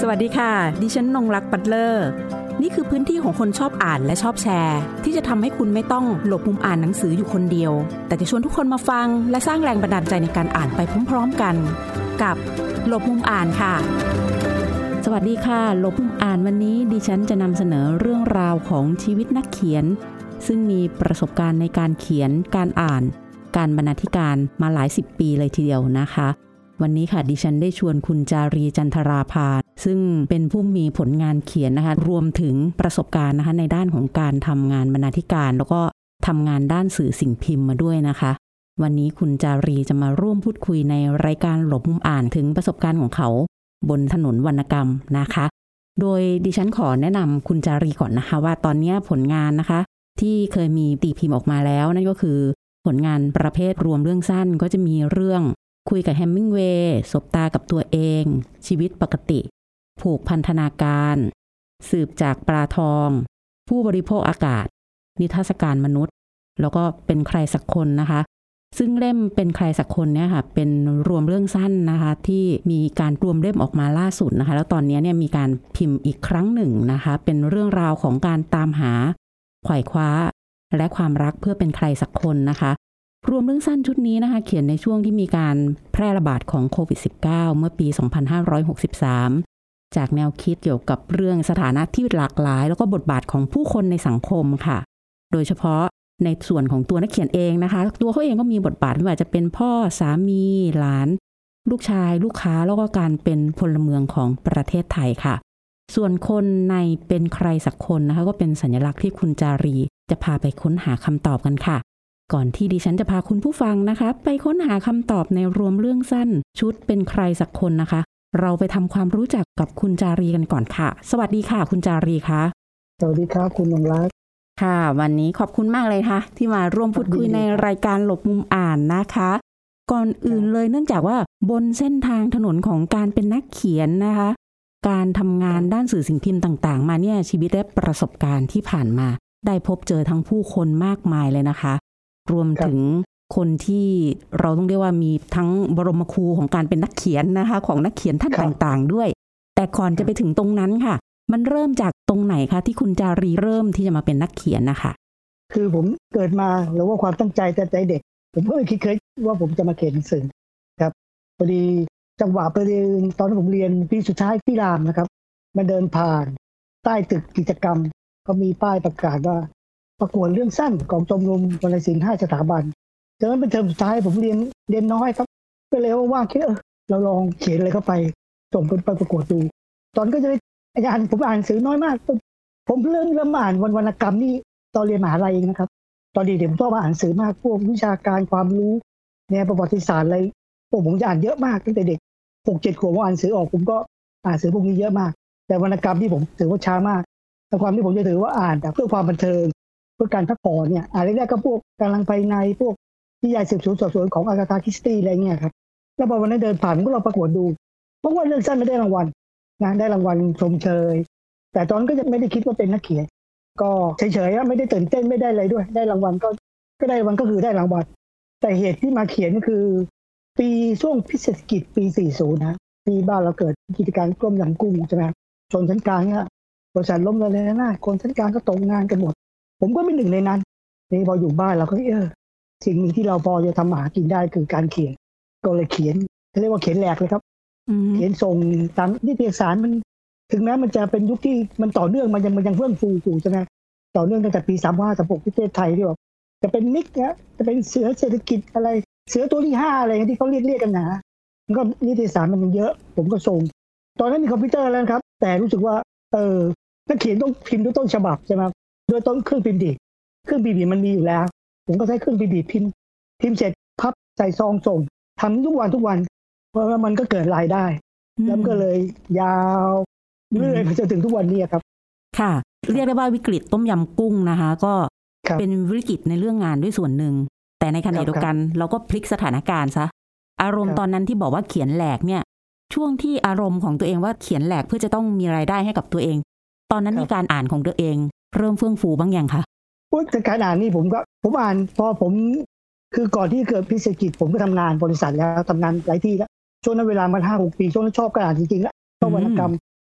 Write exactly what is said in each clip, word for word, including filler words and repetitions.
สวัสดีค่ะดิฉันนงรักปัตเลอร์นี่คือพื้นที่ของคนชอบอ่านและชอบแชร์ที่จะทำให้คุณไม่ต้องหลบมุมอ่านหนังสืออยู่คนเดียวแต่จะชวนทุกคนมาฟังและสร้างแรงบันดาลใจในการอ่านไปพร้อมๆกันกับหลบมุมอ่านค่ะสวัสดีค่ะหลบมุมอ่านวันนี้ดิฉันจะนำเสนอเรื่องราวของชีวิตนักเขียนซึ่งมีประสบการณ์ในการเขียนการอ่านการบรรณาธิการมาหลายสิบปีเลยทีเดียวนะคะวันนี้ค่ะดิฉันได้ชวนคุณจารีจันทราภาซึ่งเป็นผู้มีผลงานเขียนนะคะรวมถึงประสบการณ์นะคะในด้านของการทำงานบรรณาธิการแล้วก็ทำงานด้านสื่อสิ่งพิมพ์มาด้วยนะคะวันนี้คุณจารีจะมาร่วมพูดคุยในรายการหลบมุมอ่านถึงประสบการณ์ของเขาบนถนนวรรณกรรมนะคะโดยดิฉันขอแนะนำคุณจารีก่อนนะคะว่าตอนนี้ผลงานนะคะที่เคยมีตีพิมพ์ออกมาแล้วนั่นก็คือผลงานประเภทรวมเรื่องสั้นก็จะมีเรื่องคุยกับแฮมมิงเวย์สบตากับตัวเองชีวิตปกติผูกพันธนาการสืบจากปลาทองผู้บริโภคอากาศนิทรรศการมนุษย์แล้วก็เป็นใครสักคนนะคะซึ่งเล่มเป็นใครสักคนเนี่ยค่ะเป็นรวมเรื่องสั้นนะคะที่มีการรวมเล่มออกมาล่าสุดนะคะแล้วตอนนี้เนี่ยมีการพิมพ์อีกครั้งหนึ่งนะคะเป็นเรื่องราวของการตามหาไขว่คว้าและความรักเพื่อเป็นใครสักคนนะคะรวมเรื่องสั้นชุดนี้นะคะเขียนในช่วงที่มีการแพร่ระบาดของโควิด สิบเก้า เมื่อปี สองพันห้าร้อยหกสิบสาม จากแนวคิดเกี่ยวกับเรื่องสถานะที่หลากหลายแล้วก็บทบาทของผู้คนในสังคมค่ะโดยเฉพาะในส่วนของตัวนักเขียนเองนะคะตัวเขาเองก็มีบทบาทไม่ว่าจะเป็นพ่อสามีหลานลูกชายลูกค้าแล้วก็การเป็นพลเมืองของประเทศไทยค่ะส่วนคนในเป็นใครสักคนนะคะก็เป็นสัญลักษณ์ที่คุณจารีจะพาไปค้นหาคำตอบกันค่ะก่อนที่ดิฉันจะพาคุณผู้ฟังนะคะไปค้นหาคำตอบในรวมเรื่องสั้นชุดเป็นใครสักคนนะคะเราไปทำความรู้จักกับคุณจารีกันก่อนค่ะสวัสดีค่ะคุณจารีคะสวัสดีครับคุณนงรักค่ะวันนี้ขอบคุณมากเลยค่ะที่มาร่วมพูดคุยในรายการหลบมุมอ่านนะคะก่อนอื่นเลยเนื่องจากว่าบนเส้นทางถนนของการเป็นนักเขียนนะคะการทำงานด้านสื่อสิ่งพิมพ์ต่างๆมาเนี่ยชีวิตและประสบการณ์ที่ผ่านมาได้พบเจอทั้งผู้คนมากมายเลยนะคะรวมถึงคนที่เราต้องเรียกว่ามีทั้งบรมครูของการเป็นนักเขียนนะคะของนักเขียนท่านต่างๆด้วยแต่ก่อนจะไปถึงตรงนั้นค่ะมันเริ่มจากตรงไหนคะที่คุณจารีเริ่มที่จะมาเป็นนักเขียนนะคะคือผมเกิดมาหรือว่าความตั้งใจแต่ใจเด็กผมก็ไม่คิดเคยว่าผมจะมาเขียนหนังสือครับพอดีจังหวะไปเรียนตอนที่ผมเรียนปีสุดท้ายที่รามนะครับมาเดินผ่านใต้ตึกกิจกรรมก็มีป้ายประกาศว่าประกวดเรื่องสั้นของชมรมวรรณศิลป์ห้าสถาบันจากนั้นเป็นเทอมสุดท้ายผมเรียนเรียนน้อยครับก็เลยว่างๆคิดเออเราลองเขียนอะไรเข้าไปส่งไปประกวดดูตอนก็จะอาจารย์ผมอ่านหนังสือน้อยมากผมเริ่มเริ่มอ่านวรรณกรรมนี่ตอนเรียนมหาลัยเองนะครับตอนเด็กผมชอบอ่านหนังสือมากพวกวิชาการความรู้แนวประวัติศาสตร์อะไรพวกผมจะอ่านเยอะมากตั้งแต่เด็กหกเจ็ดขวบผมอ่านหนังสือออกผมก็อ่านหนังสือพวกนี้เยอะมากแต่วรรณกรรมที่ผมถือว่าช้ามากแต่ความที่ผมจะถือว่าอ่านแต่เพื่อความบันเทิงเพื่อการพักผ่อนเนี่ยอ่านแรกๆก็พวกกำลังภายในพวกนิยายสืบสวนสอบสวนของอากาธาคริสตี้อะไรเงี้ยครับแล้วพอวันนั้นเดินผ่านก็ลองประกวดดูเพราะว่าเรื่องสั้นไม่ได้รางวัลนะได้รางวัลชมเชยแต่ตอนก็จะไม่ได้คิดว่าเป็นนักเขียนก็เฉยๆไม่ได้ตื่นเต้นไม่ได้อะไรด้วยได้รางวัลก็ก็ได้รางวัลก็คือได้รางวัลแต่เหตุที่มาเขียนก็คือปีช่วงพิเศษกิจปีสี่สิบนะที่บ้านเราเกิดกิจการกล้มยำกุ้งใช่ไหมชนชั้นกลางเนี่ยบริษัทล้มละลายนะคนชั้นกลางก็ตกงานกันหมดผมก็เป็นหนึ่งในนั้นนี่พออยู่บ้านเราก็เออสิ่งนึงที่เราพอจะทำหากินได้คือการเขียนก็เลยเขียนเขาเรียกว่าเขียนแหลกเลยครับเขียนส่งตามนิตยสารมันถึงแม้มันจะเป็นยุคที่มันต่อเนื่องมันยังมันยังเฟื่องฟูอยู่ใช่ไหมต่อเนื่องตั้งแต่ปีสามห้าสามหกประเทศไทยที่แบบจะเป็นนิกนะจะเป็นเสือเศรษฐกิจอะไรเสือตัวที่ห้าอะไรที่เขาเรียกเรียกกันนะมันก็นิตยสารมันยังเยอะผมก็ส่งตอนนั้นมีคอมพิวเตอร์แล้วครับแต่รู้สึกว่าเออนักเขียนต้องพิมพ์ด้วยต้นฉบับใช่ไหมโดยต้นเครื่องพิมพ์ดีดเครื่องพิมพ์ดีดมันมีอยู่แล้วผมก็ใช้เครื่องพิมพ์ดีดพิมพ์พิมพ์เสร็จพับใส่ซองส่งทำทุกวันทุกวันเพราะว่ามันก็เกิดรายได้แล้วก็เลยยาวเรื่อยไปจนถึงทุกวันนี้ครับค่ะเรียกได้ว่าวิกฤตต้มยำกุ้งนะคะก็เป็นวิกฤตในเรื่องงานด้วยส่วนหนึ่งแต่ในขณะเดียวกันเราก็พลิกสถานการณ์ซะอารมณ์ตอนนั้นที่บอกว่าเขียนแหลกเนี่ยช่วงที่อารมณ์ของตัวเองว่าเขียนแหลกเพื่อจะต้องมีรายได้ให้กับตัวเองตอนนั้นมีการอ่านของตัวเองเริ่มเฟื่องฟูบ้างยังคะแต่การอ่านนี่ผมก็ผมอ่านพอผมคือก่อนที่เกิดพิเศษกิจผมก็ทำงานบริษัทแล้วทำงานหลายที่แล้วช่วงนั้นเวลามันห้าหกปีช่วงนั้นชอบการอ่านจริงๆแล้วชอบวรรณกรรม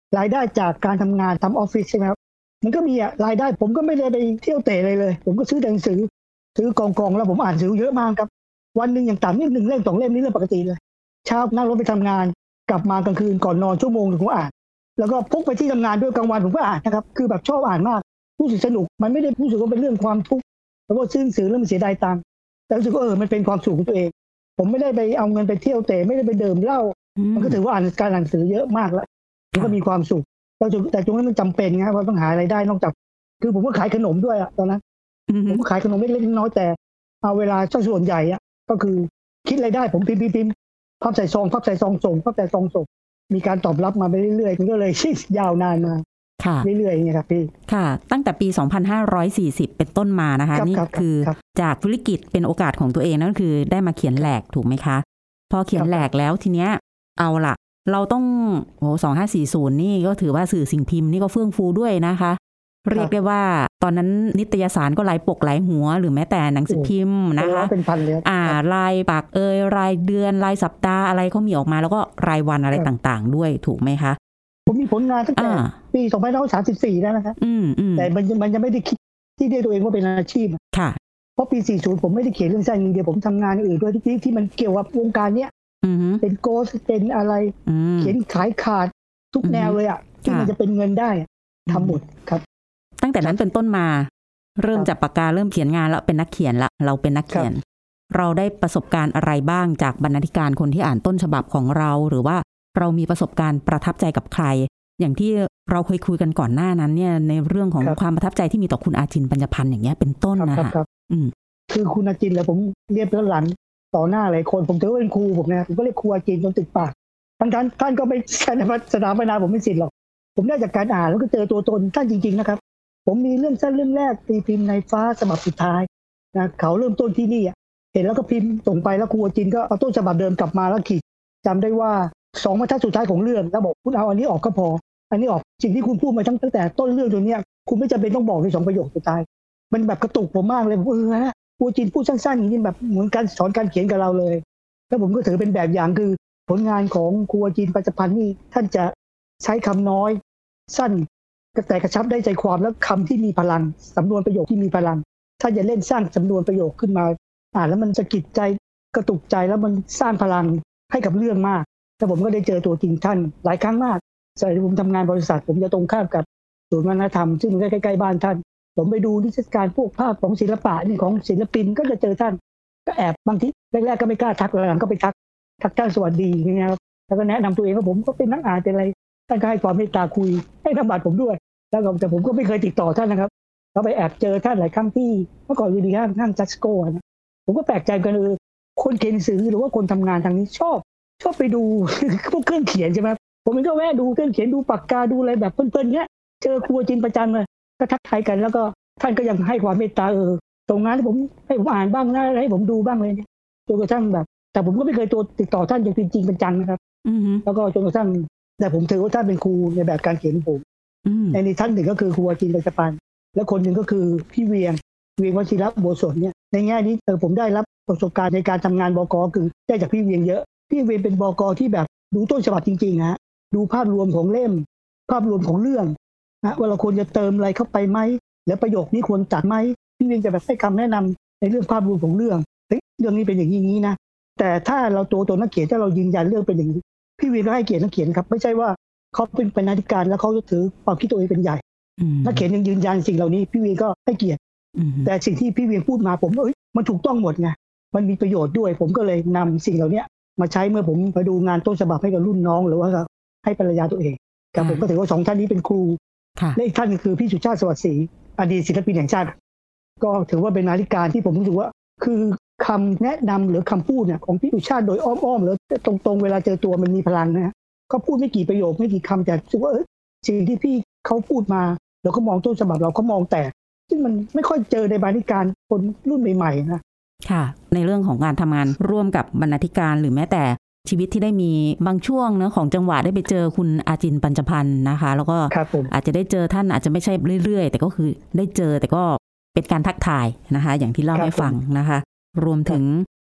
รายได้จากการทำงานทำออฟฟิศใช่ไหมครับมันก็มีอะรายได้ผมก็ไม่ได้ไปเที่ยวเตะเลยเลยผมก็ซื้อหนังสือซื้อกองกองแล้วผมอ่านหนังสือเยอะมากครับวันหนึ่งอย่างต่ำนี่หนึ่งเล่มสองเล่มนี่เรื่องปกติเลยเช้านั่งรถไปทำงานกลับมากลางคืนก่อนนอนชั่วโมงนึงผมอ่านแล้วก็พกไปที่ทำงานด้วยกลางวันผมก็อ่านนะครับคือแบบชอบอ่านมากรู้สึกสนุกมันไม่ได้รู้สึกว่าเป็นเรื่องความทุกข์แล้วก็ซื้อหนังสือแล้วมันเสียดายตังค์แต่รู้สึกว่าเออมันเป็นความสุขของตัวเองผมไม่ได้ไปเอาเงินไปเที่ยวเตะไม่ได้ไปดื่มเหล้ามันก็ถือว่าอ่านการอ่านหนังสือเยอะมากแล้วมันก็มีความสุขแต่ตรงนั้นมันจำเป็นครับว่าต้องหารายได้นอกจากคือผมก็ขายขนมด้วยอะตอนนั้นผมก็ขายขนมเล็กๆน้อยๆแต่เอาเวลาส่วนใหญ่อะก็คือคิดรายได้ผมพิมพ์พิมพ์พับใส่ซองพับใส่ซองส่งพับใส่ซองส่งมีการตอบรับมาไปเรื่อยๆมันก็เลยยาวนานมาเรื่อยๆอย่างเงี้ยครับพี่ค่ะตั้งแต่ปีสองพันห้าร้อยสี่สิบเป็นต้นมานะคะนี่คือจากธุรกิจเป็นโอกาสของตัวเองนั่นคือได้มาเขียนแหลกถูกไหมคะพอเขียนแหลกแล้วทีเนี้ยเอาล่ะเราต้องโอ้สองพันห้าร้อยสี่สิบนี่ก็ถือว่าสื่อสิ่งพิมพ์นี่ก็เฟื่องฟูด้วยนะคะเรียกได้ว่าตอนนั้นนิตยสารก็หลายปกหลายหัวหรือแม้แต่หนังสือพิมพ์นะคะเป็นพันเลยอ่ารายปากเอยรายเดือนรายสัปดาห์อะไรเขามีออกมาแล้วก็รายวันอะไรต่างๆด้วยถูกไหมคะผมมีผลงานตั้งแต่ปีสองพันห้าร้อยสามสิบสี่แล้วนะครับแต่มันมันยังไม่ได้คิดที่เรียกตัวเองว่าเป็นอาชีพค่ะเพราะปีสี่สิบผมไม่ได้เขียนเรื่องสั้นอย่างเดียวผมทำงานอื่นด้วยที่ที่มันเกี่ยวกับวงการเนี้ยเป็นโกสเป็นอะไรเขียนขายขาดทุกแนวเลยอ่ะที่มันจะเป็นเงินได้ทำหมดครับตั้งแต่นั้นเป็นต้นมาเริ่มจากปากกาเริ่มเขียนงานแล้วเป็นนักเขียนละเราเป็นนักเขียนเราได้ประสบการณ์อะไรบ้างจากบรรณาธิการคนที่อ่านต้นฉบับของเราหรือว่าเรามีประสบการณ์ประทับใจกับใครอย่างที่เราเคยคุยกันก่อนหน้านั้นเนี่ยในเรื่องของความประทับใจที่มีต่อคุณอาจินปัญญพันธ์อย่างเงี้ยเป็นต้นนะคะคือคุณอาจินแหละผมเรียกแล้วหลังต่อหน้าหลายคนผมถือว่าเป็นครูผมนะผมก็เรียกครูอาจินจนติดปากท่านท่านก็ไม่ใช่สถาปนาผมไม่สิทธิ์หรอกผมได้จากการอ่านแล้วก็เจอตัวตนท่านจริงๆนะครับผมมีเรื่องสั้นเรื่องแรกตีพิมพ์ในฟ้าฉบับสุดท้ายนะเขาเริ่มต้นที่นี่เห็นแล้วก็พิมพ์ส่งไปแล้วครูอาจินก็เอาต้นฉบับเดิมกลับมาแล้วขีดจำได้ว่าสองบรรทัดสุดท้ายของเรื่องแล้วบอกคุณเอาอันนี้ออกก็พออันนี้ออกสิ่งที่คุณพูดมาตั้งแต่ต้นเรื่องจนเนี้ยคุณไม่จำเป็นต้องบอกในสองประโยคสุดท้ายมันแบบกระตุกผมมากเลยผมเออนะครูอาจินพูดสั้นๆอย่างนี้แบบเหมือนการสอนการเขียนกับเราเลยแล้วผมก็ถือเป็นแบบอย่างคือผลงานของครูอาจินปัญญพันธ์นี่ท่านจะใช้คำน้อยสั้นแต่กระชับได้ใจความแล้วคำที่มีพลังสำนวนประโยคที่มีพลังท่านจะเล่นสร้างสำนวนประโยคขึ้นมาอ่านแล้วมันสะกิดใจกระตุกใจแล้วมันสร้างพลังให้กับเรื่องมากแล้วผมก็ได้เจอตัวจริงท่านหลายครั้งมากสมัยที่ผมทำงานบริษัทผมจะตรงข้ามกับศูนย์วัฒนธรรมซึ่งมันใกล้ๆบ้านท่านผมไปดูนิทรรศการพวกภาพของศิลปะนี่ของศิลปินก็จะเจอท่านก็แอบบางทีแรกๆก็ไม่กล้าทักหลังๆก็ไปทักทักท่านสวัสดีอย่างเงี้ยครับแล้วก็แนะนำตัวเองว่าผมก็เป็นนักอ่านเป็นอะไรท่านก็ให้ความเมตตาคุยให้ธรรมบัตรผมด้วยแล้วก็แต่ผมก็ไม่เคยติดต่อท่านนะครับเราไปแอบเจอท่านหลายครั้งที่เมื่อก่อนอยู่ดีห้างห้างจัสโก้นะผมก็แปลกใจกันเออคนเขียนหนังสือหรือว่าคนทำงานทางนี้ชอบชอบไปดูพวกเครื่องเขียนใช่ไหมผมก็แวะดูเครื่องเขียนดูปากกาดูอะไรแบบเพลินๆเงี้ยเจอครูจินประจันเลยก็ทักทายกันแล้วก็ท่านก็ยังให้ความเมตตาเออตรงนั้นผมให้ผมอ่านบ้างนะให้ผมดูบ้างเลยเนี่ยจนกระทั่งแบบแต่ผมก็ไม่เคยตัวติดต่อท่านอย่างจริงๆเป็นจังนะครับแล้วก็จนกระทั่งแต่ผมถือว่าท่านเป็นครูในแบบการเขียนผมในนี้ท่านหนึ่งก็คือครูอาจินปัญญพันธ์และคนหนึ่งก็คือพี่เวียงเวียงวชิระโบสถเนี่ยในแง่นี้เออผมได้รับประสบการณ์ในการทำงานบก.คือได้จากพี่เวียงเยอะพี่เวียงเป็นบก.ที่แบบดูต้นฉบับจริงๆฮะดูภาพรวมของเล่มภาพรวมของเรื่องนะว่าเราควรจะเติมอะไรเข้าไปไหมแล้วประโยคนี้ควรตัดไหมพี่เวียงจะแบบให้คำแนะนำในเรื่องภาพรวมของเรื่องเฮ้ยเรื่องนี้เป็นอย่างนี้นะแต่ถ้าเราตัวตัวนักเขียนถ้าเรายืนยันเรื่องเป็นอย่างนี้พี่เวียงก็ให้เกียรตินักเขียนครับไม่ใช่ว่าเขาเป็นบรรณาธิการแล้วเขาจะถือความคิดตัวเองเป็นใหญ่นักเขียนยังยืนยันสิ่งเหล่านี้พี่เวียงก็ให้เกียรติแต่สิ่งที่พี่เวียงพูดมาผมเอ้ยมันถูกต้องหมดไงมันมีประโยชน์ด้วยผมก็เลยนำสิ่งเหล่านี้มาใช้เมื่อผมไปดูงานต้นฉบับให้กับรุ่นน้องหรือว่าให้ภรรยาตัวเองครับผมก็ถือว่าสองท่านนี้เป็นครูและอีกท่านคือพี่สุชาติสวัสดิ์ศรีอดีตศิลปินแห่งชาติก็ถือว่าเป็นบรรณาธิการที่ผมรู้สึกว่าคือคำแนะนำหรือคำพูดเนี่ยของพี่สุชาติโดยอ้อมๆหรือตรงๆเวลาเจอตัวมันมีพลังนะเขาพูดไม่กี่ประโยคไม่กี่คำแต่รู้สึกว่าสิ่งที่พี่เขาพูดมาเราก็มองต้นฉบับเราเขามองแต่ซึ่งมันไม่ค่อยเจอในบรรณาธิการคนรุ่นใหม่ๆนะค่ะในเรื่องของการทำงานร่วมกับบรรณาธิการหรือแม้แต่ชีวิตที่ได้มีบางช่วงเนะของจังหวะได้ไปเจอคุณอาจินปัญญพันธ์นะคะแล้วก็อาจจะได้เจอท่านอาจจะไม่ใช่เรื่อยๆแต่ก็คือได้เจอแต่ก็เป็นการทักทายนะคะอย่างที่เล่าให้ฟังนะคะรวมถึง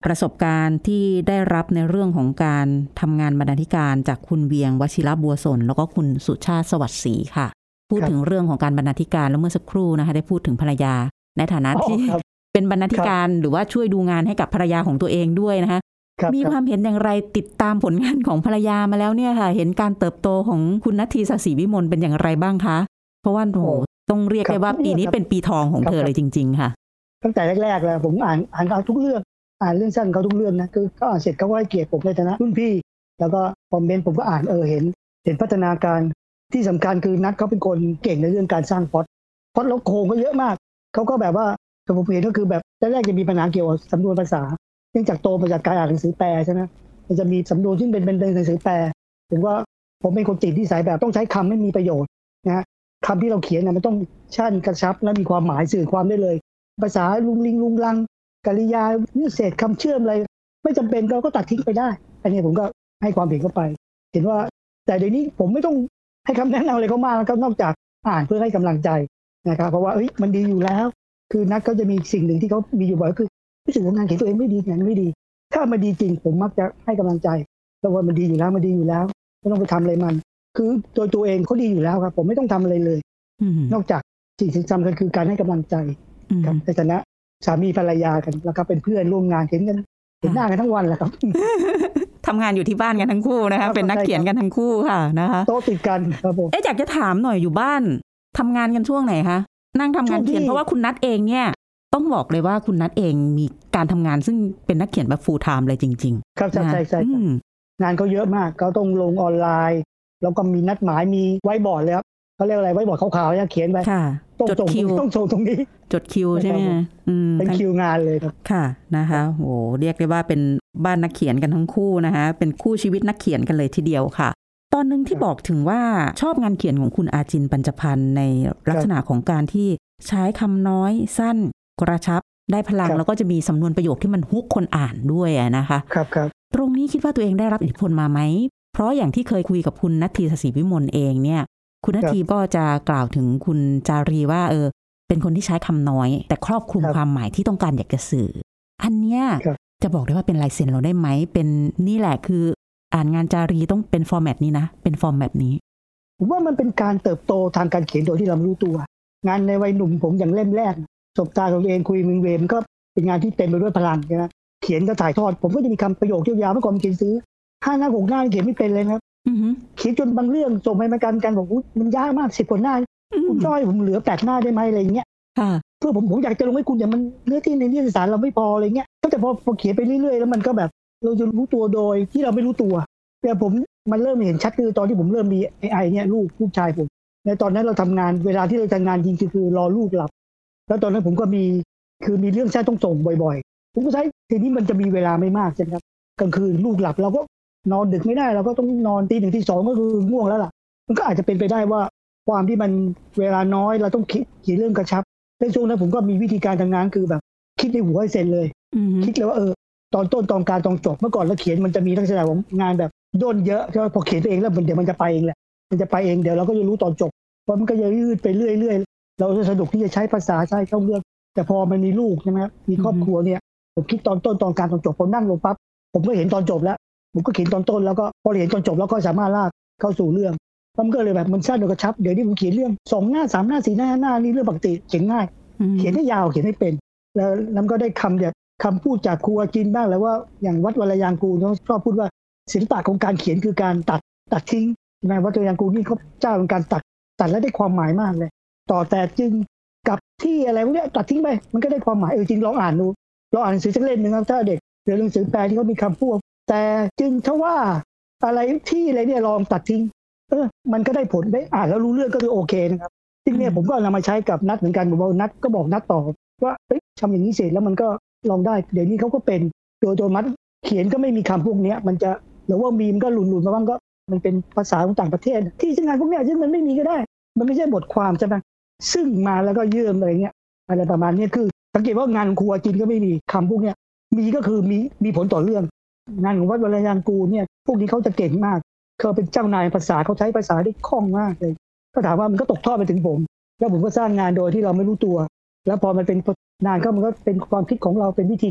ประสบการณ์ที่ได้รับในเรื่องของการทำงานบรรณาธิการจากคุณเวียงวชิรบัวสนแล้วก็คุณสุชาติสวัสดิ์ศรีค่ะพูดถึงเรื่องของการบรรณาธิการแล้วเมื่อสักครู่นะคะได้พูดถึงภรรยาในฐานะที่เป็นบรรณาธิการหรือว่าช่วยดูงานให้กับภรรยาของตัวเองด้วยนะคะมีความเห็นอย่างไรติดตามผลงานของภรรยามาแล้วเนี่ยค่ะเห็นการเติบโตของคุณณัฐี ศักดิ์ศรีวิมลเป็นอย่างไรบ้างคะเพราะว่าโหต้องเรียกได้ว่าปีนี้เป็นปีทองของเธอเลยจริงๆค่ะตั้งแต่แรกๆเลยผมอ่านอ่านเขาทุกเรื่องอ่านเรื่องสั้นเขาทุกเรื่องนะคือเขาอ่านเสร็จเขาก็ให้เกียรติผมในฐานะรุ่นพี่แล้วก็คอมเมนต์ผมก็อ่านเออเห็นเห็นพัฒนาการที่สำคัญคือนัทเขาเป็นคนเก่งในเรื่องการสร้างพล็อตพล็อตแล้วโครงก็เยอะมากเขาก็แบบว่าที่ผมเห็นก็คือแบบแรกๆจะมีปัญหาเกี่ยวกับสำนวนภาษาเนื่องจากโตมาจากการอ่านหนังสือแปลใช่ไหมมันจะมีสำนวนซึ่งเป็นเป็นหนังสือแปลถึงว่าผมเป็นคนติดที่สายแบบต้องใช้คำไม่มีประโยชน์นะฮะคำที่เราเขียนนะมันต้องชั่นกระชับและมีความหมายสื่อความได้เลยภาษาลุงลิงลุงลังกริยาวิเศษคำเชื่อมอะไรไม่จำเป็นเราก็ตัดทิ้งไปได้อันนี้ผมก็ให้ความเห็นเข้าไปเห็นว่าแต่เดี๋ยวนี้ผมไม่ต้องให้คำแนะนำอะไรเขามากแล้วก็นอกจากอ่านเพื่อให้กำลังใจนะครับเพราะว่าเอ้ยมันดีอยู่แล้วคือนัทก็จะมีสิ่งหนึ่งที่เขามีอยู่บ่อยก็คือรู้สึกว่างานเขียนตัวเองไม่ดีงานไม่ดีถ้ามันดีจริงผมมักจะให้กำลังใจแต่ว่ามันดีอยู่แล้วมันดีอยู่แล้วไม่ต้องไปทำอะไรมันคือโดยตัวเองเขาดีอยู่แล้วครับผมไม่ต้องทำอะไรเลยนอกจากสิ่งที่สำคัญคือการให้กำลังใจครับในฐานะสามีภรรยากันแล้วก็เป็นเพื่อนร่วมงานเห็นกันเห็นหน้ากันทั้งวันแหละครับทำงานอยู่ที่บ้านกันทั้งคู่นะคะเป็นนักเขียนกันทั้งคู่ค่ะนะคะโต๊ะติดกันครับผมเอ๊ะอยากจะถามหน่อยอยู่บ้านทำงานกันช่วงไหนคะนั่งทำงานเขียนเพราะว่าคุณนัทเองเนี่ยต้องบอกเลยว่าคุณนัทเองมีการทำงานซึ่งเป็นนักเขียนแบบ full time เลยจริงๆครับใช่ใช่ใช่งานเขาเยอะมากเขาต้องลงออนไลน์แล้วก็มีนัดหมายมีไว้บอร์ดเลยครับเขาเรียกอะไรไว้บอร์ดขาวๆเนี่ยเขียนไปต้องจดคิวต้องโชว์ตรงนี้จดคิวใช่ไหมเป็นคิวงานเลยครับค่ะนะคะโหเรียกได้ว่าเป็นบ้านนักเขียนกันทั้งคู่นะคะเป็นคู่ชีวิตนักเขียนกันเลยทีเดียวค่ะตอนนึงที่บอกถึงว่าชอบงานเขียนของคุณอาจินปัญจพันธ์ในลักษณะของการที่ใช้คำน้อยสั้นกระชับได้พลังแล้วก็จะมีสำนวนประโยคที่มันฮุกคนอ่านด้วยนะคะครับครับตรงนี้คิดว่าตัวเองได้รับอิทธิพลมาไหมเพราะอย่างที่เคยคุยกับคุณณัฐี ศักดิ์ศรีวิมลเองเนี่ยคุณณัฐีก็จะกล่าวถึงคุณจารีว่าเออเป็นคนที่ใช้คำน้อยแต่ครอบคลุมความหมายที่ต้องการอยากจะสื่ออันเนี้ยจะบอกได้ว่าเป็นลายเซ็นเราได้ไหมเป็นนี่แหละคืออ่านงานจารีต้องเป็นฟอร์แมตนี้นะเป็นฟอร์แมตนี้ผมว่ามันเป็นการเติบโตทางการเขียนโดยที่เราไม่รู้ตัวงานในวัยหนุ่มผมอย่างเล่มแรกสบตาของตัวเองคุยมึงเวมก็เป็นงานที่เต็มไปด้วยพลังนะเขียนก็ถ่ายทอดผมก็จะมีคำประโยคยาวๆเมื่อก่อนเขียนซื้อห้าหน้าหกหน้าเขียนไม่เป็นเลยครับเขียนจนบางเรื่องส่งไปมากันกันบอกมันยากมากสิบกว่าหน้าผมจ้อยผมเหลือแปดหน้าได้ไหมอะไรเงี้ยเพื่อผมผมอยากจะลงให้คุณแต่มันเนื้อที่ในนิตยสารเราไม่พออะไรเงี้ยก็แต่พอพอเขียนไปเรื่อยๆแล้วมันก็แบบเราจะรู้ตัวโดยที่เราไม่รู้ตัวแต่ผมมันเริ่มเห็นชัดคือตอนที่ผมเริ่มมีไอไอเนี่ยลูกลูกชายผมในตอนนั้นเราทำงานเวลาที่เราทำงานจริงคือรอลูกหลับแล้วตอนนั้นผมก็มีคือมีเรื่องใช้ต้องส่งบ่อยๆผมก็ใช้ทีนี้มันจะมีเวลาไม่มากใช่ไหมครับกลางคืนลูกหลับเราก็นอนดึกไม่ได้เราก็ต้องนอนตีหนึ่งตีสองก็คือง่วงแล้วล่ะมันก็อาจจะเป็นไปได้ว่าความที่มันเวลาน้อยเราต้องคิดคิดเรื่องกระชับในช่วงนั้นผมก็มีวิธีการทำงานคือแบบคิดในหัวให้เสร็จเลยคิดเลยว่าเออตอนต้นตอนกลางตอนจบเมื่อก่อนเราเขียนมันจะมีลักษณะของงานแบบด้นเยอะพอเขียนไปเองแล้วเดี๋ยวมันจะไปเองแหละมันจะไปเองเดี๋ยวเราก็จะรู้ตอนจบเพราะมันก็จะยืดไปเรื่อยๆเราจะสนุกที่จะใช้ภาษาใช้เข้าเรื่องแต่พอมันมีลูกใช่ไหมครับมีครอบครัวเนี่ยผมคิดตอนต้นตอนกลางตอนจบพอนั่งลงปั๊บผมก็เห็นตอนจบแล้วผมก็เขียนตอนต้นแล้วก็พอเห็นตอนจบแล้วก็สามารถลากเข้าสู่เรื่องมันก็เลยแบบมันสั้นกระชับเดี๋ยวนี้ผมเขียนเรื่องสองหน้าสามหน้าสี่หน้าหน้านี่เรื่องปกติเขียนง่ายเขียนให้ยาวเขียนให้เป็นแล้วแล้วก็ได้คำแบบคำพูดจากครูอาจินบ้างแล้วว่าอย่างวัดวรยางกูลเขาชอบพูดว่าศิลปะของการเขียนคือการตัดตัดทิ้งในวัดวรยางกูลนี่เขาเจ้าของการตัดตัดแล้วได้ความหมายมากเลยต่อแต่จึงกับที่อะไรพวกนี้ตัดทิ้งไปมันก็ได้ความหมายเออจริงลองอ่านดูลองอ่านหนังสือสักเล่มนึงครับถ้าเด็กเรียนหนังสือแปลที่เขามีคำพูดแต่จึงถ้าว่าอะไรที่อะไรเนี่ยลองตัดทิ้งเออมันก็ได้ผลได้อ่านแล้วรู้เรื่องก็คือโอเคนะครับซึ่งเนี่ยผมก็นำมาใช้กับนัทเหมือนกันผมบอกนัทก็บอกนัทต่อว่าเอ้ยทำอย่างนี้เสร็จแล้วมันก็ลองได้เดี๋ยวนี้เขาก็เป็นโดยตัวมัดเขียนก็ไม่มีคำพวกนี้มันจะหรือว่ามีมก็หลุนๆมาบ้างก็มันเป็นภาษาของต่างประเทศที่ซึ่งงานพวกนี้ซึ่งมันไม่มีก็ได้มันไม่ใช่บทความใช่ไหมซึ่งมาแล้วก็เยื่อมอะไรเงี้ยอะไรประมาณนี้คือสังเกตว่างานครูอาจินก็ไม่มีคำพวกนี้มีก็คือมีมีผลต่อเรื่องงานของวัดวรยางกูลเนี่ยพวกนี้เขาจะเก่งมากเขาเป็นเจ้านายภาษาเขาใช้ภาษาได้คล่องมากเลยก็ถามว่ามันก็ตกทอดไปถึงผมแล้วผมก็สร้างงานโดยที่เราไม่รู้ตัวแล้วพอมันเป็นงานก็มันก็เป็นความคิดของเราเป็นวิธีคิด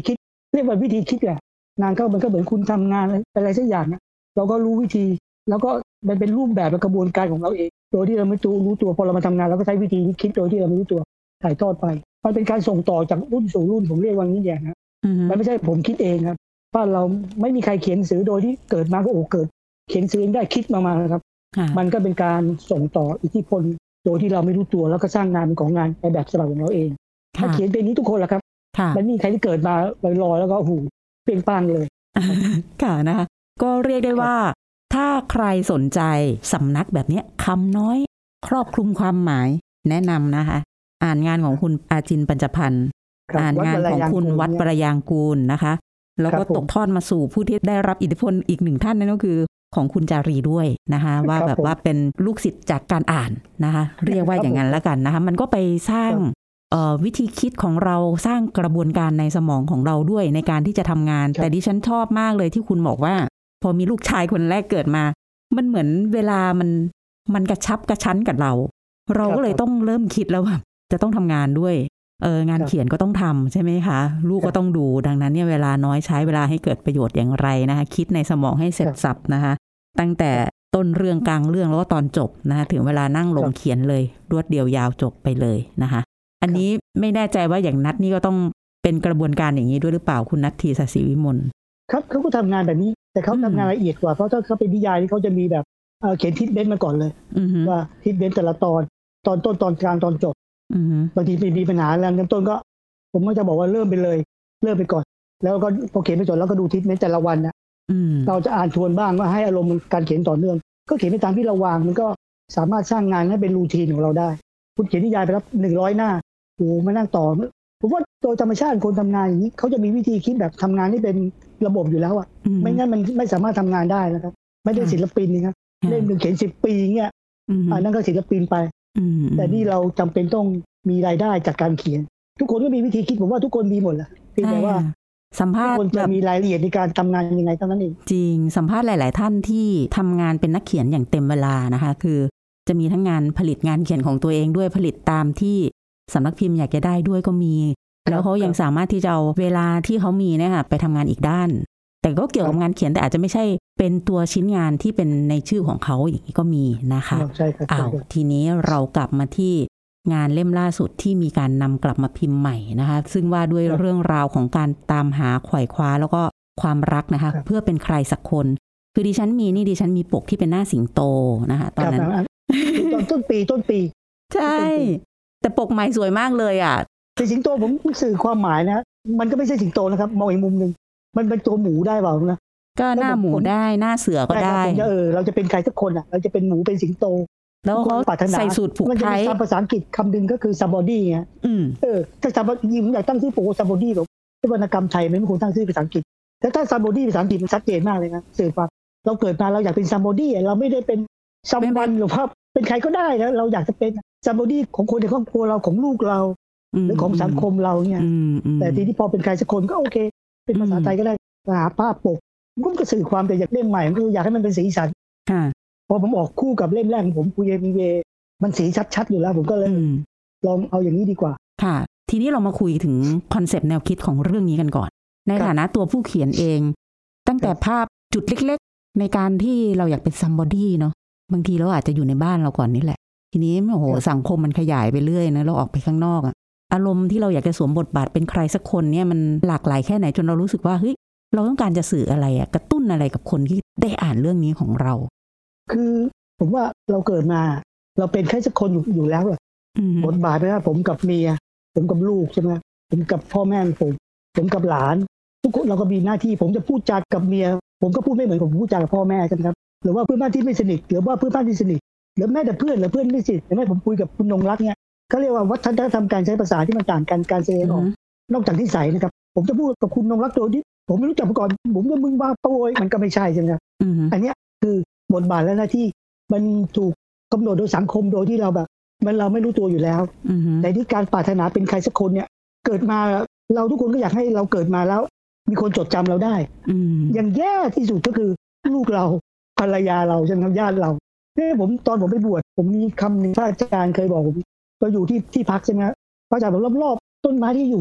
เรียกว่าวิธีคิดอะงานก็มันก็เหมือนคุณทำงานอะไรสักอย่างนะเราก็รู้วิธีแล้วก็มันเป็นรูปแบบและกระบวนการของเราเองโดยที่เราไม่รู้รู้ตัวพอเรามาทำงานเราก็ใช้วิธีคิดโดยที่เราไม่รู้ตัวถ่ายทอดไปมันเป็นการส่งต่อจากรุ่นสู่รุ่นผมเรียกว่างี้อย่างนะมันไม่ใช่ผมคิดเองครับว่าเราไม่มีใครเขียนหนังสือโดยที่เกิดมาก็โอ้เกิดเขียนหนังสือได้คิดมามาครับมันก็เป็นการส่งต่ออิทธิพลโดยที่เราไม่รู้ตัวแล้วก็สร้างงานเป็นของงานในแบบฉบับของเราเองถ้าเขียนเป็นนี้ทุกคนแหละครับมันมีใครที่เกิดมาลอยๆแล้วก็หูเปลี่ยนปังเลยค่ะนะคะก็เรียกได้ว่าถ้าใครสนใจสำนักแบบนี้คำน้อยครอบคลุมความหมายแนะนำนะคะอ่านงานของคุณอาจินปัญจพันธ์อ่านงานของคุณวัดประยางกูลนะคะแล้วก็ตกทอดมาสู่ผู้ที่ได้รับอิทธิพลอีกหนึ่งท่านนั่นก็คือของคุณจารีด้วยนะคะว่าแบบว่าเป็นลูกศิษย์จากการอ่านนะคะเรียกว่าอย่างนั้นแล้วกันนะคะมันก็ไปสร้างวิธีคิดของเราสร้างกระบวนการในสมองของเราด้วยในการที่จะทำงานแต่ดิฉันชอบมากเลยที่คุณบอกว่าพอมีลูกชายคนแรกเกิดมามันเหมือนเวลามันมันกระชับกระชั้นกับเราเราก็เลยต้องเริ่มคิดแล้วว่าจะต้องทำงานด้วยเอองานเขียนก็ต้องทำใช่ไหมคะลูกก็ต้องดูดังนั้นเนี่ยเวลาน้อยใช้เวลาให้เกิดประโยชน์อย่างไรนะคะคิดในสมองให้เสร็จสับนะคะตั้งแต่ต้นเรื่องกลางเรื่องแล้วก็ตอนจบนะคะถึงเวลานั่งลงเขียนเลยรวดเดียวยาวจบไปเลยนะคะอันนี้ไม่แน่ใจว่าอย่างนัทนี่ก็ต้องเป็นกระบวนการอย่างนี้ด้วยหรือเปล่าคุณนัททีศศิวิมลครับเขาก็ทำงานแบบนี้แต่เขาทำงานละเอียดกว่าเพราะถ้าเขาเป็นนิยายที่เขาจะมีแบบเขียนทิศเบนซ์มาก่อนเลยว่าทิศเบนซ์แต่ละตอนตอนต้นตอนกลางตอนจบบางทีมีปัญหาแล้วเริ่มต้นก็ผมก็จะบอกว่าเริ่มไปเลยเริ่มไปก่อนแล้วก็พอเขียนไปจบแล้วก็ดูทิศเบนซ์แต่ละวันนะเราจะอ่านทวนบ้างว่าให้อารมณ์การเขียนต่อเนื่องก็เขียนไปตามที่เราวางมันก็สามารถสร้างงานให้เป็นรูทีนของเราได้คุณเขียนนิยายไปแล้วหนึ่งร้อยหน้าโอ้มานั่งต่อผมว่าโดยธรรมชาติคนทำงานอย่างนี้เขาจะมีวิธีคิดแบบทำงานที่เป็นระบบอยู่แล้วอ่ะไม่งั้นมันไม่สามารถทำงานได้นะครับไม่ได้ศิลปินนะครับเล่นเขียนสิบปีเงี้ยอันนั้นก็ศิลปินไปแต่นี่เราจำเป็นต้องมีรายได้จากการเขียนทุกคนก็มีวิธีคิดผมว่าทุกคนมีหมดแหละเพียงแต่ว่าสัมภาษณ์คนจะมีรายละเอียดในการทำงานยังไงเท่านั้นเองจริงสัมภาษณ์หลายๆท่านที่ทำงานเป็นนักเขียนอย่างเต็มเวลานะคะคือจะมีทั้งงานผลิตงานเขียนของตัวเองด้วยผลิตตามที่สำนักพิมพ์อยากจะได้ด้วยก็มีแล้วเขายังสามารถที่จะเอาเวลาที่เขามีเนี่ยค่ะไปทำงานอีกด้านแต่ก็เกี่ยวกับงานเขียนแต่อาจจะไม่ใช่เป็นตัวชิ้นงานที่เป็นในชื่อของเขาอย่างนี้ก็มีนะคะอ้าวทีนี้เรากลับมาที่งานเล่มล่าสุดที่มีการนำกลับมาพิมพ์ใหม่นะคะซึ่งว่าด้วยเรื่องราวของการตามหาไขว่คว้าแล้วก็ความรักนะคะเพื่อเป็นใครสักคนคือดิฉันมีนี่ดิฉันมีปกที่เป็นหน้าสิงโตนะคะตอนนั้นตอนต้นปีต้นปีใช่แต่ปกใหม่สวยมากเลยอ่ะแต่สิงโตผมสื่อความหมายนะมันก็ไม่ใช่สิงโตนะครับมองอีกมุมนึงมันเป็นตัวหมูได้เปล่านะก็หน้าหมูได้หน้าเสือก็ได้เออเราจะเป็นใครสักคนอ่ะเราจะเป็นหมูเป็นสิงโตแล้วเขาใส่สูตรผูกไทยภาษาอังกฤษคำหนึ่งก็คือ somebody ไงเออถ้า somebody ยิงอยากตั้งชื่อปก somebody หรอกที่วรรณกรรมไทยไม่ควรตั้งชื่อภาษาอังกฤษแต่ถ้า somebody ภาษาอังกฤษมันชัดเจนมากเลยนะสื่อว่าเราเกิดมาเราอยากเป็น somebody เราไม่ได้เป็น someone หรือว่าเป็นใครก็ได้นะเราอยากจะเป็น somebody ของคนในครอบครัวเราของลูกเราหรือของสังคมเราเนี่ยแต่ทีที่พอเป็นใครสักคนก็โอเคเป็นภาษาไทยก็ได้หาภาพปกผมก็สื่อความแต่อยากเล่มใหม่ก็อยากให้มันเป็นสีสันพอผมออกคู่กับเล่มแรกของผมคุยมีเวมันสีชัดๆอยู่แล้วผมก็เลยลองเอาอย่างนี้ดีกว่าค่ะทีนี้เรามาคุยถึงคอนเซปต์แนวคิดของเรื่องนี้กันก่อนในฐานะตัวผู้เขียนเองตั้งแต่ภาพจุดเล็กๆในการที่เราอยากเป็น somebody เนาะบางทีเราอาจจะอยู่ในบ้านเราก่อนนี่แหละทีนี้โอ้โหสังคมมันขยายไปเรื่อยนะเราออกไปข้างนอกอะอารมณ์ที่เราอยากจะสวมบทบาทเป็นใครสักคนเนี่ยมันหลากหลายแค่ไหนจนเรารู้สึกว่าเฮ้ยเราต้องการจะสื่ออะไรอะกระตุ้นอะไรกับคนที่ได้อ่านเรื่องนี้ของเราคือผมว่าเราเกิดมาเราเป็นใครสักคนอยู่อยู่แล้วอะบทบาทนะผมกับเมียผมกับลูกใช่ไหมผมกับพ่อแม่ผมผมกับหลานทุกคนเราก็มีหน้าที่ผมจะพูดจากับเมียผมก็พูดไม่เหมือนผมพูดจากับพ่อแม่ใช่ไหมครับหรือว่าเพื่อนบ้านที่ไม่สนิทหรือว่าเพื่อนบ้านที่สนิทหรือแม้แต่เพื่อนหรือเพื่อนไม่สนิทแต่แม้ผมคุยกับคุณนงรักเนี่ยเขาเรียกว่าวัฒนธรรมการใช้ภาษาที่มันต่างกันการแสดงออกนอกจากนิสัยนะครับผมจะพูดกับคุณนงรักโดยที่ผมไม่รู้จักมาก่อนผมก็มึงว่าโป้ยมันก็ไม่ใช่ใช่ไหมครับอันนี้คือบทบาทและหน้าที่มันถูกกำหนดโดยสังคมโดยที่เราแบบมันเราไม่รู้ตัวอยู่แล้วแต่ที่การปรารถนาเป็นใครสักคนเนี่ยเกิดมาเราทุกคนก็อยากให้เราเกิดมาแล้วมีคนจดจำเราได้อย่างแย่ที่สุดก็คือลูกเราภรรยาเราใช่ไหมครับญาติเราเนี่ยผมตอนผมไปบวชผมมีคำหนึ่งพระอาจารย์เคยบอกผมเราอยู่ที่ที่พักใช่ไหมพระอาจารย์บอกรอบๆต้นไม้ที่อยู่เนี่ย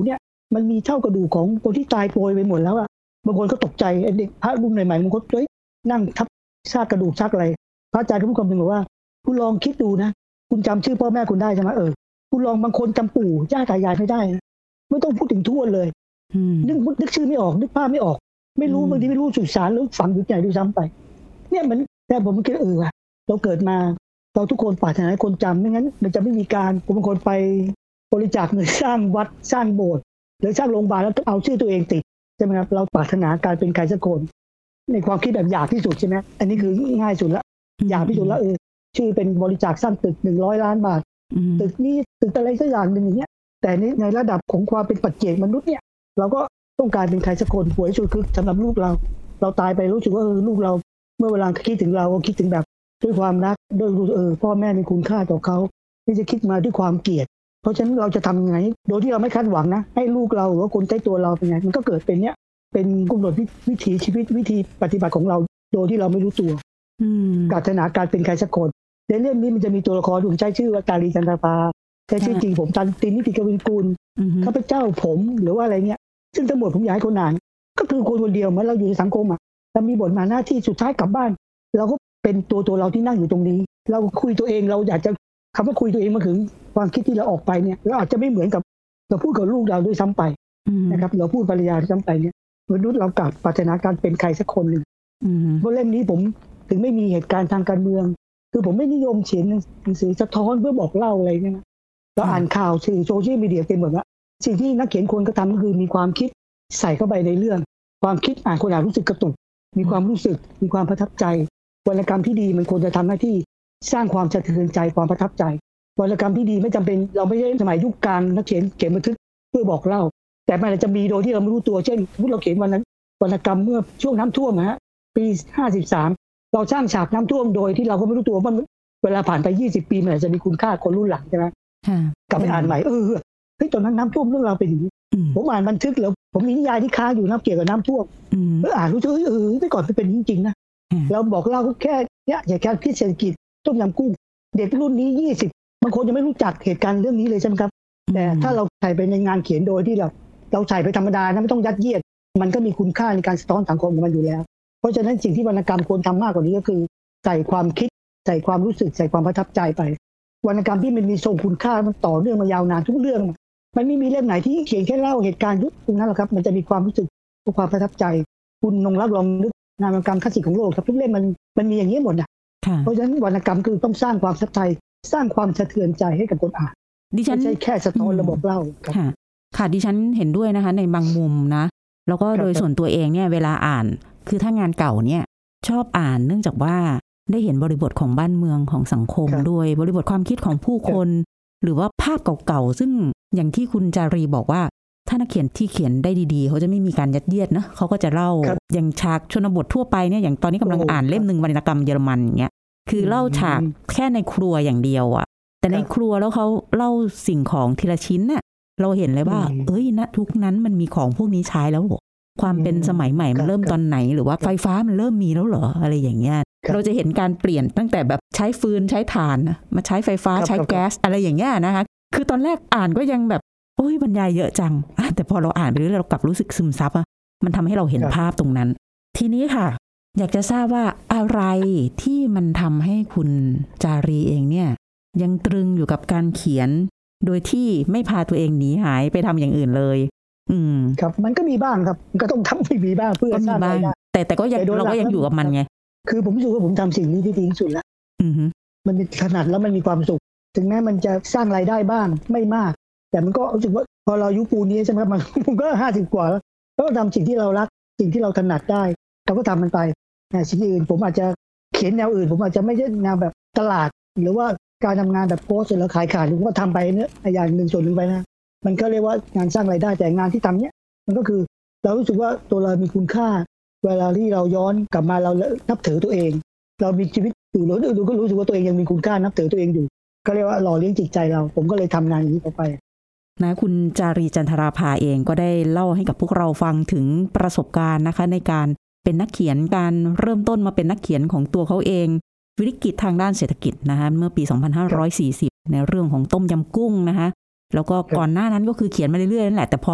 มันมีเท่ากระดูกของคนที่ตายโปรยไปหมดแล้วอะบางคนก็ตกใจเด็กพระรุ่นใหม่ๆบางคนเฮ้ยนั่งทับซากกระดูกซากอะไรพระอาจารย์ก็พูดคำหนึ่งบอกว่าคุณลองคิดดูนะคุณจำชื่อพ่อแม่คุณได้ใช่ไหมเออคุณลองบางคนจำปู่ย่าตายายไม่ได้นะไม่ต้องพูดถึงทวดเลยนึกนึกชื่อไม่ออกนึกภาพไม่ออกไม่รู้บางทีไม่รู้สุสานหรือฝังอยู่ไหนด้วยซ้ำไปเนี่ยมันแต่ผมคิดเออว่ะเราเกิดมาเราทุกคนปรารถนาให้คนจำไม่งั้นมันจะไม่มีการผมบางคนไปบริจาคเงินสร้างวัดสร้างโบสถ์หรือสร้างโรงพยาบาลแล้วเอาชื่อตัวเองติดใช่ไหมครับเราปรารถนาการเป็นใครสักคนในความคิดแบบอยากที่สุดใช่ไหมอันนี้คือง่ายสุดละอยากที่สุดละเออชื่อเป็นบริจาคสร้างตึกหนึ่งร้อยล้านบาทตึกนี้ตึกอะไรสักอย่างหนึ่งอย่างเงี้ยแต่ในในระดับของความเป็นปัจเจกมนุษย์เนี่ยเราก็ต้องการเป็นใครสักคนหวยสุดคือสำหรับลูกเราเราตายไปรู้สึกว่าเออลูกเราเมื่อเวลาคิดถึงเราก็คิดถึงแบบด้วยความรักด้วยรู้เออพ่อแม่มีคุณค่าต่อเขาไม่จะคิดมาด้วยความเกลียดเพราะฉะนั้นเราจะทำยังไงโดยที่เราไม่คาดหวังนะให้ลูกเราหรือว่าคนใกล้ตัวเราเป็นไงมันก็เกิดเป็นเนี้ยเป็นกำหนดวิถีชีวิตวิธีปฏิบัติของเราโดยที่เราไม่รู้ตัวปรารถนาการเป็นใครสักคนในเรื่องนี้มันจะมีตัวละครผมใช้ชื่อว่าการีจันทราภาใช้ชื่อจริงผมตันตินิติกวินกุลข้าพเจ้าผมหรือว่าอะไรเงี้ยซึ่งทั้งหมดผมอยากให้คนอ่านก็คือคนคนเดียวเหมือนเราอยู่ในสังคมอ่ะเรามีบทบาทหน้าที่สุดท้ายกลับบ้านเราก็เป็นตัวตัวเราที่นั่งอยู่ตรงนี้เราคุยตัวเองเราอยากจะคำว่าคุยตัวเองมาถึงความคิดที่เราออกไปเนี่ยเราอาจจะไม่เหมือนกับเราพูดกับลูกเราด้วยซ้ำไปนะครับเราพูดภรรยาด้วยซ้ำไปเนี่ยมนุษย์เรากลับปรารถนาการเป็นใครสักคนหนึ่งเพราะเล่มนี้ผมถึงไม่มีเหตุการณ์ทางการเมืองคือผมไม่นิยมเขียนหนังสือสะท้อนเพื่อบอกเล่าอะไรเนี่ยนะเราอ่านข่าวสื่อโซเชียลมีเดียเต็มหมดแล้วสิ่งที่นักเขียนคนก็ทำก็คือมีความคิดใส่เข้าไปในเรื่องความคิดอ่านคนอ่านรู้สึกกระตุกมีความรู้สึกมีความประทับใจวรรณกรรมที่ดีมันควรจะทำหน้าที่สร้างความสะเทือนใจความประทับใจวรรณกรรมที่ดีไม่จำเป็นเราไม่ใช่สมัยยุคกลางนักเขียนเขียนบันทึกเพื่อบอกเล่าแต่มันอาจจะมีโดยที่เราไม่รู้ตัวเช่นสมมุติเราเขียนวันนั้นวรรณกรรมเมื่อช่วงน้ำท่วมฮะปีห้าสิบสามเราสร้างฉากน้ำท่วมโดยที่เราก็ไม่รู้ตัวว่าเวลาผ่านไปยี่สิบปีมันอาจจะมีคุณค่าคนรุ่นหลังใช่ไหมกลับไปอ่านใหม่เออเฮ้ยตอนนั้นน้ำท่วมเรื่องเราเป็นอย่างนี้ผมอ่านบันทึกแล้วผมมีนิยายที่ค้างอยู่นะเกี่ยวกับน้ำท่วมเอออ่านรู้สึกเออเมื่อก่อนเป็นจริงๆนะเราบอกเล่าแค่เนี้ยอย่างการพิเศษกิจต้มยำกุ้งเด็กรุ่นนี้ยี่สิบบางคนจะไม่รู้จักเหตุการณ์เรื่องนี้เลยใช่ไหมครับแต่ถ้าเราใส่ไปในงานเขียนโดยที่เราเราใส่ไปธรรมดานะไม่ต้องยัดเยียดมันก็มีคุณค่าในการสะท้อนสังคมของมันอยู่แล้วเพราะฉะนั้นสิ่งที่วรรณกรรมควรทำมากกว่านี้ก็คือใส่ความคิดใส่ความรู้สึกใส่ความประทับใจไปวรรณกรรมที่มันมีทรงคุณค่ามันต่อเนื่องมายาวนานทุกเรื่องมันไม่มีเล่มไหนที่เขียนแค่เล่าเหตุการณ์ตรงนั้นหรอกครับมันจะมีความรู้สึกความประทับใจคุณนงรักลองนึกงานวรรณกรรมคลาสสิกของโลกครับทุกเล่มมันมันมีอย่างนี้หมดนะเพราะฉะนั้นวรรณกรรมคือต้องสร้างความประทับใจสร้างความสะเทือนใจให้กับคนอ่านไม่ใช่แค่สะท้อนระบบเล่าครับค่ะดิฉันเห็นด้วยนะคะในบางมุมนะแล้วก็โดยส่วนตัวเองเนี่ยเวลาอ่านคือถ้างานเก่าเนี่ยชอบอ่านเนื่องจากว่าได้เห็นบริบทของบ้านเมืองของสังคมด้วยบริบทความคิดของผู้คนหรือว่าภาพเก่าๆซึ่งอย่างที่คุณจารีบอกว่าถ้านักเขียนที่เขียนได้ดีๆเขาจะไม่มีการยัดเยียดนะเขาก็จะเล่าอย่างฉากชนบททั่วไปเนี่ยอย่างตอนนี้กำลังอ่านเล่มนึงวรรณกรรมเยอรมันอย่างเงี้ยคือเล่าฉากแค่ในครัวอย่างเดียวอ่ะแต่ในครัวแล้วเขาเล่าสิ่งของทีละชิ้นน่ะเราเห็นเลยว่าเอ้ยณทุกนั้นมันมีของพวกนี้ใช้แล้วความเป็นสมัยใหม่มันเริ่มตอนไหนหรือว่าไฟฟ้ามันเริ่มมีแล้วเหรออะไรอย่างเงี้ยเราจะเห็นการเปลี่ยนตั้งแต่แบบใช้ฟืนใช้ถ่านมาใช้ไฟฟ้าใช้แก๊สอะไรอย่างเงี้ยนะคะคือตอนแรกอ่านก็ยังแบบโอ้ยบรรยายเยอะจังแต่พอเราอ่านไปเรื่อยๆเรากลับรู้สึกซึมซับอ่ะมันทำให้เราเห็นภาพตรงนั้นทีนี้ค่ะอยากจะทราบว่าอะไรที่มันทำให้คุณจารีเองเนี่ยยังตรึงอยู่กับการเขียนโดยที่ไม่พาตัวเองหนีหายไปทำอย่างอื่นเลยอืมครับมันก็มีบ้างครับก็ต้องทำให้มีบ้างเพื่อสร้างรายได้แต่แต่ก็ยังเราก็ยังอยู่กับมันไงคือผมรู้สึกว่าผมทำสิ่งนี้ที่ดีที่สุดแล้วมันเป็นถนัดแล้วมันมีความสุขถึงแม้มันจะสร้างรายได้บ้างไม่มากแต่มันก็รู้สึกว่าพอเราอายุปูนี้ใช่ไหมครับมันผมก็ห้าสิบกว่าแล้วก็ทำสิ่งที่เรารักสิ่งที่เราถนัดได้เราก็ทำมันไปแต่สิ่งอื่นผมอาจจะเขียนแนวอื่นผมอาจจะไม่ใช่แนวแบบตลาดหรือว่าการทำงานแบบโพสต์แล้วขายขาดผมก็ทำไปเนี่ยอย่างหนึ่งส่วนหนึ่งไปนะมันก็เรียกว่างานสร้างรายได้แต่งานที่ทำเนี่ยมันก็คือเรารู้สึกว่าตัวเรามีคุณค่าเวลาที่เราย้อนกลับมาเรานับถือตัวเองเรามีชีวิตอยู่เราดูก็รู้สึกว่าตัวเองยังมีคุณค่านับถือตัวเองอยู่ก็เรียกว่าหล่อเลี้ยงจิตใจเราผมก็เลยทำงานอย่างนี้ต่อไปนะคุณจารีจันทราภาเองก็ได้เล่าให้กับพวกเราฟังถึงประสบการณ์นะคะในการเป็นนักเขียนการเริ่มต้นมาเป็นนักเขียนของตัวเขาเองวิกฤตทางด้านเศรษฐกิจนะคะเมื่อปีสองพันห้าร้อยสี่สิบในเรื่องของต้มยำกุ้งนะคะแล้วก็ก่อนหน้านั้นก็คือเขียนมาเรื่อยๆนั่นแหละแต่พอต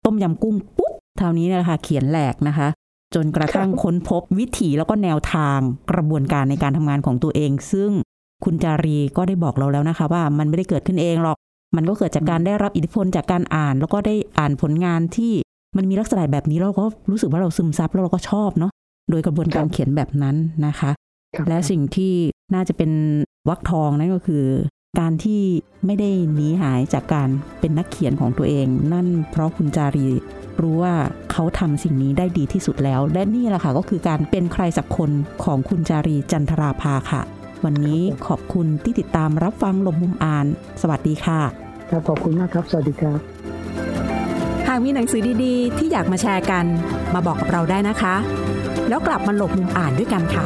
ต้มยำกุ้งปุ๊บเท่านี้นะคะเขียนแหลกนะคะจนกระทั่งค้นพบวิถีแล้วก็แนวทางกระบวนการในการทำงานของตัวเองซึ่งคุณจารีก็ได้บอกเราแล้วนะคะว่ามันไม่ได้เกิดขึ้นเองหรอกมันก็เกิดจากการได้รับอิทธิพลจากการอ่านแล้วก็ได้อ่านผลงานที่มันมีลักษณะแบบนี้เราก็รู้สึกว่าเราซึมซับแล้วเราก็ชอบเนาะโดยกระบวนการเขียนแบบนั้นนะคะและสิ่งที่น่าจะเป็นวรรคทองนั่นก็คือการที่ไม่ได้หนีหายจากการเป็นนักเขียนของตัวเองนั่นเพราะคุณจารีรู้ว่าเขาทำสิ่งนี้ได้ดีที่สุดแล้วและนี่แหละค่ะก็คือการเป็นใครสักคนของคุณจารีจันทราภาค่ะวันนี้ขอบคุณที่ติดตามรับฟังหลบมุมอ่านสวัสดีค่ะครับขอบคุณมากครับสวัสดีครับหากมีหนังสือดีๆที่อยากมาแชร์กันมาบอกกับเราได้นะคะแล้วกลับมาหลบมุมอ่านด้วยกันค่ะ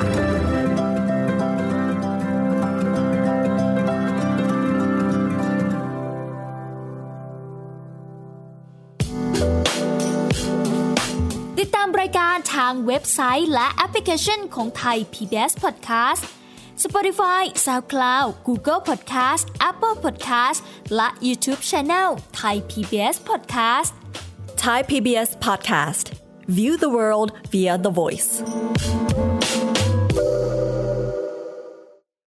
ติดตามรายการทางเว็บไซต์และแอปพลิเคชันของไทย พี บี เอส Podcast Spotify, SoundCloud, Google Podcast, Apple Podcast และ YouTube Channel Thai พี บี เอส Podcast Thai พี บี เอส Podcast View the world via the voice